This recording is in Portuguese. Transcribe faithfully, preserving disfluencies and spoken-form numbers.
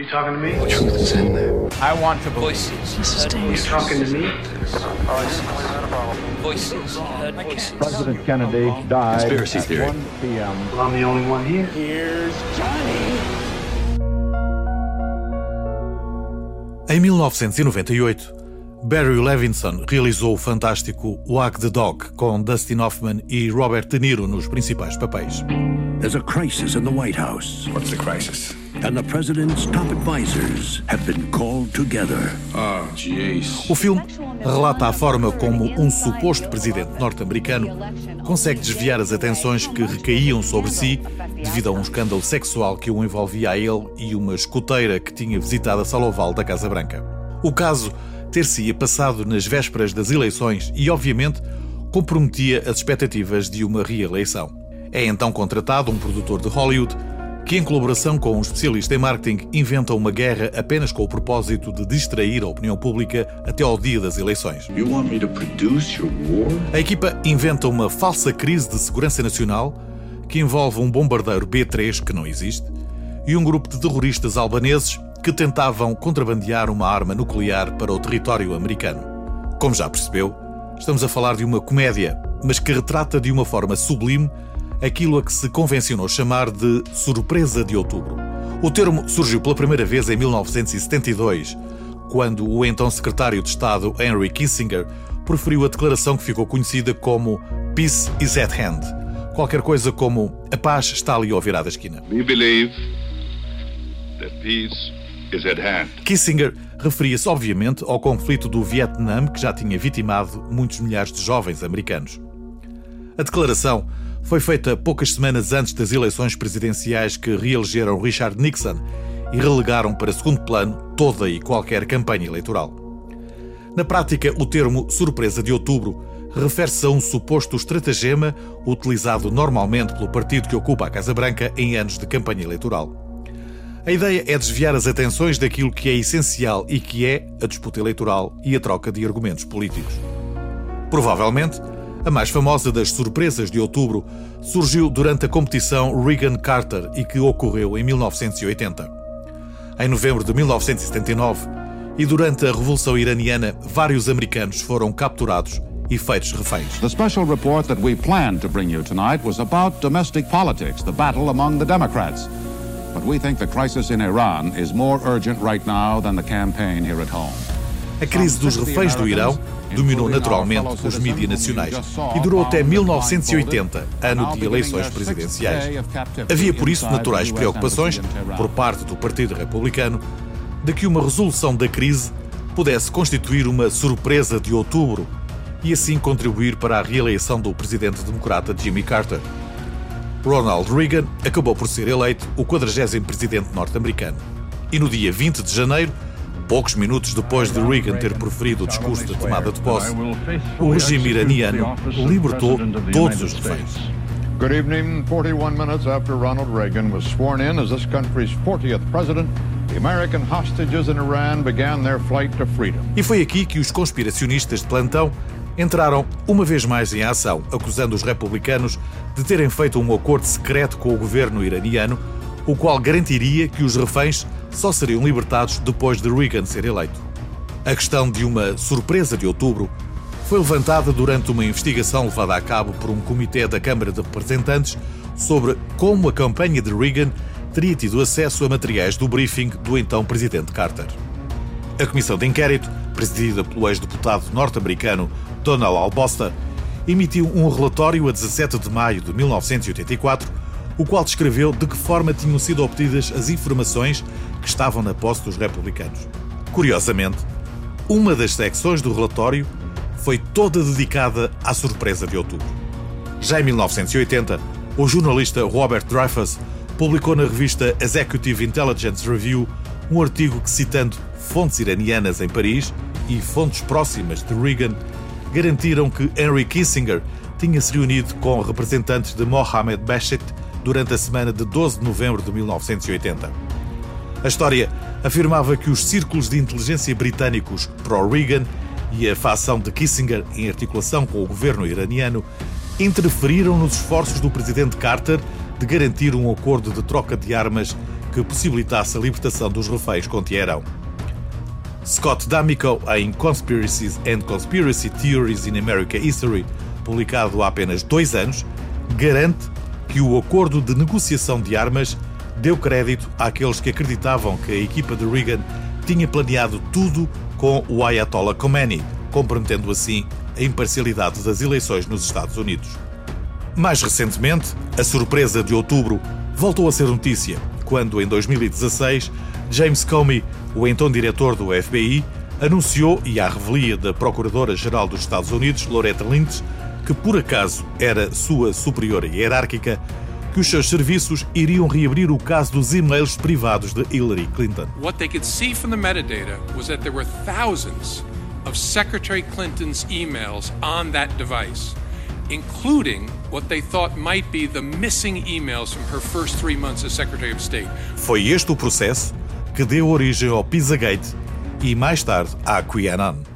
You talking to me? The truth is in there. I want to voices. This is dangerous. You talking to me? Voices. Heard voices. President Kennedy died Conspiracy at theory. one p.m. Well, I'm the only one here. Here's Johnny. Em mil novecentos e noventa e oito, Barry Levinson realizou o fantástico Wag the Dog, com Dustin Hoffman e Robert De Niro nos principais papéis. There's a crisis in the White House, What's the crisis? and the president's top advisors have been called together. Oh, jeez. O filme relata a forma como um suposto presidente norte-americano consegue desviar as atenções que recaíam sobre si devido a um escândalo sexual que o envolvia a ele e uma escoteira que tinha visitado a sala oval da Casa Branca. O caso ter-se-ia passado nas vésperas das eleições e, obviamente, comprometia as expectativas de uma reeleição. É então contratado um produtor de Hollywood que, em colaboração com um especialista em marketing, inventa uma guerra apenas com o propósito de distrair a opinião pública até ao dia das eleições. You want me to produce your war? A equipa inventa uma falsa crise de segurança nacional que envolve um bombardeiro B três que não existe e um grupo de terroristas albaneses que tentavam contrabandear uma arma nuclear para o território americano. Como já percebeu, estamos a falar de uma comédia, mas que retrata de uma forma sublime aquilo a que se convencionou chamar de surpresa de outubro. O termo surgiu pela primeira vez em mil novecentos e setenta e dois, quando o então secretário de Estado Henry Kissinger proferiu a declaração que ficou conhecida como Peace is at hand, qualquer coisa como a paz está ali ao virar da esquina. We believe that peace is at hand. Kissinger referia-se, obviamente, ao conflito do Vietnã, que já tinha vitimado muitos milhares de jovens americanos. A declaração foi feita poucas semanas antes das eleições presidenciais que reelegeram Richard Nixon e relegaram para segundo plano toda e qualquer campanha eleitoral. Na prática, o termo surpresa de outubro refere-se a um suposto estratagema utilizado normalmente pelo partido que ocupa a Casa Branca em anos de campanha eleitoral. A ideia é desviar as atenções daquilo que é essencial e que é a disputa eleitoral e a troca de argumentos políticos. Provavelmente, a mais famosa das surpresas de outubro surgiu durante a competição Reagan-Carter e que ocorreu em mil novecentos e oitenta. Em novembro de mil novecentos e setenta e nove, e durante a Revolução Iraniana, vários americanos foram capturados e feitos reféns. The special report that we planned to bring you tonight was about domestic politics, the battle among the Democrats. But we think the crisis in Iran is more urgent right now than the campaign here at home. A crise dos reféns do Irão dominou naturalmente os mídias nacionais e durou até mil novecentos e oitenta, ano de eleições presidenciais. Havia, por isso, naturais preocupações, por parte do Partido Republicano, de que uma resolução da crise pudesse constituir uma surpresa de outubro e assim contribuir para a reeleição do presidente democrata Jimmy Carter. Ronald Reagan acabou por ser eleito o quadragésimo presidente norte-americano. E no dia vinte de janeiro, poucos minutos depois de Reagan ter proferido o discurso de tomada de posse, o regime iraniano libertou todos os reféns. Good evening. forty-one minutes after Ronald Reagan was sworn in as this country's fortieth president, the American hostages in Iran began their flight to freedom. E foi aqui que os conspiracionistas de plantão entraram uma vez mais em ação, acusando os republicanos de terem feito um acordo secreto com o governo iraniano, o qual garantiria que os reféns só seriam libertados depois de Reagan ser eleito. A questão de uma surpresa de outubro foi levantada durante uma investigação levada a cabo por um comitê da Câmara de Representantes sobre como a campanha de Reagan teria tido acesso a materiais do briefing do então presidente Carter. A comissão de inquérito, presidida pelo ex-deputado norte-americano Donald Albosta, emitiu um relatório a dezassete de maio de mil novecentos e oitenta e quatro, o qual descreveu de que forma tinham sido obtidas as informações que estavam na posse dos republicanos. Curiosamente, uma das secções do relatório foi toda dedicada à surpresa de outubro. Já em mil novecentos e oitenta, o jornalista Robert Dreyfuss publicou na revista Executive Intelligence Review um artigo que, citando fontes iranianas em Paris e fontes próximas de Reagan, garantiram que Henry Kissinger tinha-se reunido com representantes de Mohammed Bashir durante a semana de doze de novembro de mil novecentos e oitenta. A história afirmava que os círculos de inteligência britânicos pró-Reagan e a facção de Kissinger, em articulação com o governo iraniano, interferiram nos esforços do presidente Carter de garantir um acordo de troca de armas que possibilitasse a libertação dos reféns com Teherão. Scott D'Amico, em Conspiracies and Conspiracy Theories in American History, publicado há apenas dois anos, garante que o acordo de negociação de armas deu crédito àqueles que acreditavam que a equipa de Reagan tinha planeado tudo com o Ayatollah Khomeini, comprometendo assim a imparcialidade das eleições nos Estados Unidos. Mais recentemente, a surpresa de outubro voltou a ser notícia, quando, em dois mil e dezasseis, James Comey, o então diretor do F B I, anunciou, e à revelia da Procuradora-Geral dos Estados Unidos, Loretta Lynch, que por acaso era sua superior hierárquica, que os seus serviços iriam reabrir o caso dos e-mails privados de Hillary Clinton. What they could see from the metadata was that there were thousands of Secretary Clinton's emails on that device, including what they thought might be the missing emails from her first three months as Secretary of State. Foi este o processo que deu origem ao Pizzagate e, mais tarde, à QAnon.